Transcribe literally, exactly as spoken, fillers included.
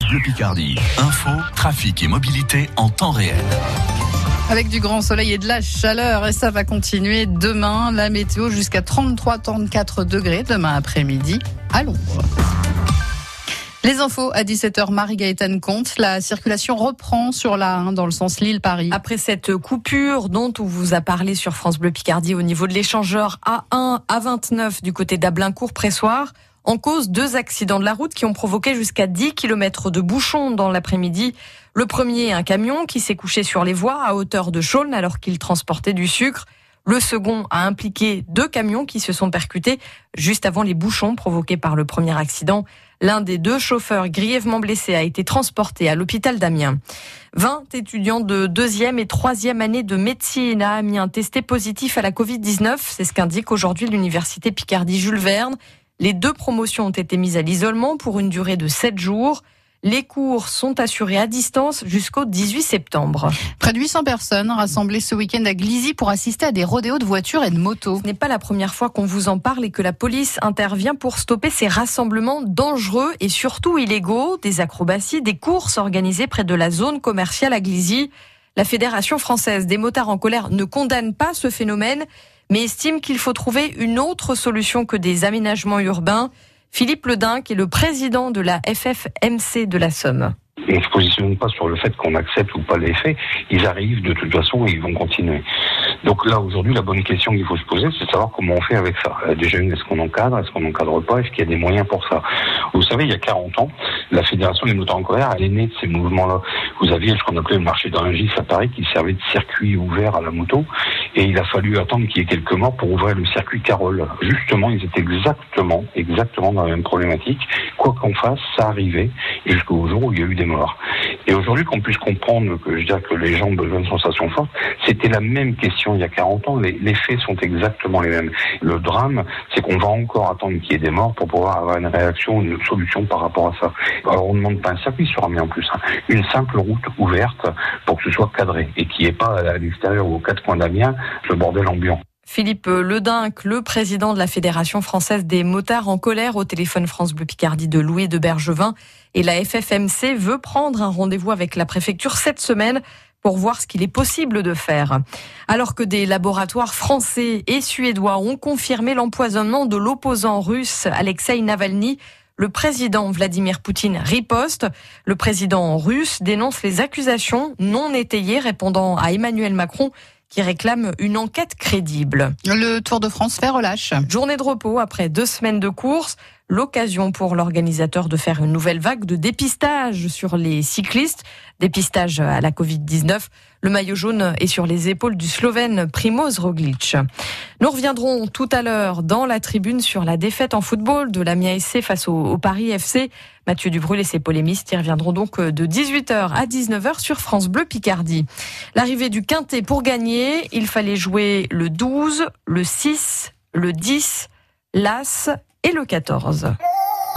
Bleu Picardie. Info, trafic et mobilité en temps réel. Avec du grand soleil et de la chaleur, et ça va continuer demain. La météo jusqu'à trente-trois à trente-quatre degrés demain après-midi à l'ombre. Les infos à dix-sept heures, Marie-Gaëtane Comte. La circulation reprend sur la un dans le sens Lille-Paris. Après cette coupure dont on vous a parlé sur France Bleu Picardie au niveau de l'échangeur A un à vingt-neuf du côté d'Ablaincourt-Pressoir, en cause deux accidents de la route qui ont provoqué jusqu'à dix kilomètres de bouchons dans l'après-midi. Le premier, un camion qui s'est couché sur les voies à hauteur de Chaulnes alors qu'il transportait du sucre. Le second a impliqué deux camions qui se sont percutés juste avant les bouchons provoqués par le premier accident. L'un des deux chauffeurs grièvement blessés a été transporté à l'hôpital d'Amiens. vingt étudiants de deuxième et troisième année de médecine à Amiens testés positifs à la covid dix-neuf. C'est ce qu'indique aujourd'hui l'université Picardie Jules Verne. Les deux promotions ont été mises à l'isolement pour une durée de sept jours. Les cours sont assurés à distance jusqu'au dix-huit septembre. Près de huit cents personnes rassemblées ce week-end à Glizy pour assister à des rodéos de voitures et de motos. Ce n'est pas la première fois qu'on vous en parle et que la police intervient pour stopper ces rassemblements dangereux et surtout illégaux, des acrobaties, des courses organisées près de la zone commerciale à Glizy. La Fédération française des motards en colère ne condamne pas ce phénomène, mais estime qu'il faut trouver une autre solution que des aménagements urbains. Philippe Ledin, qui est le président de la F F M C de la Somme. On ne se positionne pas sur le fait qu'on accepte ou pas les faits. Ils arrivent de toute façon et ils vont continuer. Donc là, aujourd'hui, la bonne question qu'il faut se poser, c'est de savoir comment on fait avec ça. Déjà, est-ce qu'on encadre, est-ce qu'on n'encadre pas, est-ce qu'il y a des moyens pour ça? Vous savez, il y a quarante ans, la Fédération des motards en colère, elle est née de ces mouvements-là. Vous aviez ce qu'on appelait le marché d'Orangis à Paris, qui servait de circuit ouvert à la moto, et il a fallu attendre qu'il y ait quelques morts pour ouvrir le circuit Carole. Justement, ils étaient exactement, exactement dans la même problématique. Quoi qu'on fasse, ça arrivait, jusqu'au jour où il y a eu des morts. Et aujourd'hui, qu'on puisse comprendre que je dirais que les gens ont besoin de sensations fortes, c'était la même question il y a quarante ans. Les, les faits sont exactement les mêmes. Le drame, c'est qu'on va encore attendre qu'il y ait des morts pour pouvoir avoir une réaction, une solution par rapport à ça. Alors on ne demande pas un circuit sur Amiens en plus, hein. Une simple route ouverte pour que ce soit cadré et qu'il n'y ait pas à l'extérieur ou aux quatre coins d'Amiens le bordel ambiant. Philippe Ledin, le président de la Fédération française des motards en colère, au téléphone France Bleu Picardie de Louis de Bergevin. Et la F F M C veut prendre un rendez-vous avec la préfecture cette semaine pour voir ce qu'il est possible de faire. Alors que des laboratoires français et suédois ont confirmé l'empoisonnement de l'opposant russe Alexeï Navalny, le président Vladimir Poutine riposte. Le président russe dénonce les accusations non étayées, répondant à Emmanuel Macron, qui réclame une enquête crédible. Le Tour de France fait relâche. Journée de repos après deux semaines de course. L'occasion pour l'organisateur de faire une nouvelle vague de dépistage sur les cyclistes. Dépistage à la covid dix-neuf. Le maillot jaune est sur les épaules du Slovène Primož Roglič. Nous reviendrons tout à l'heure dans la tribune sur la défaite en football de l'Amiens S C face au, au Paris F C. Mathieu Dubrul et ses polémistes y reviendront donc de dix-huit heures à dix-neuf heures sur France Bleu Picardie. L'arrivée du Quintet pour gagner, il fallait jouer le douze, le six, le dix, l'As et le quatorze.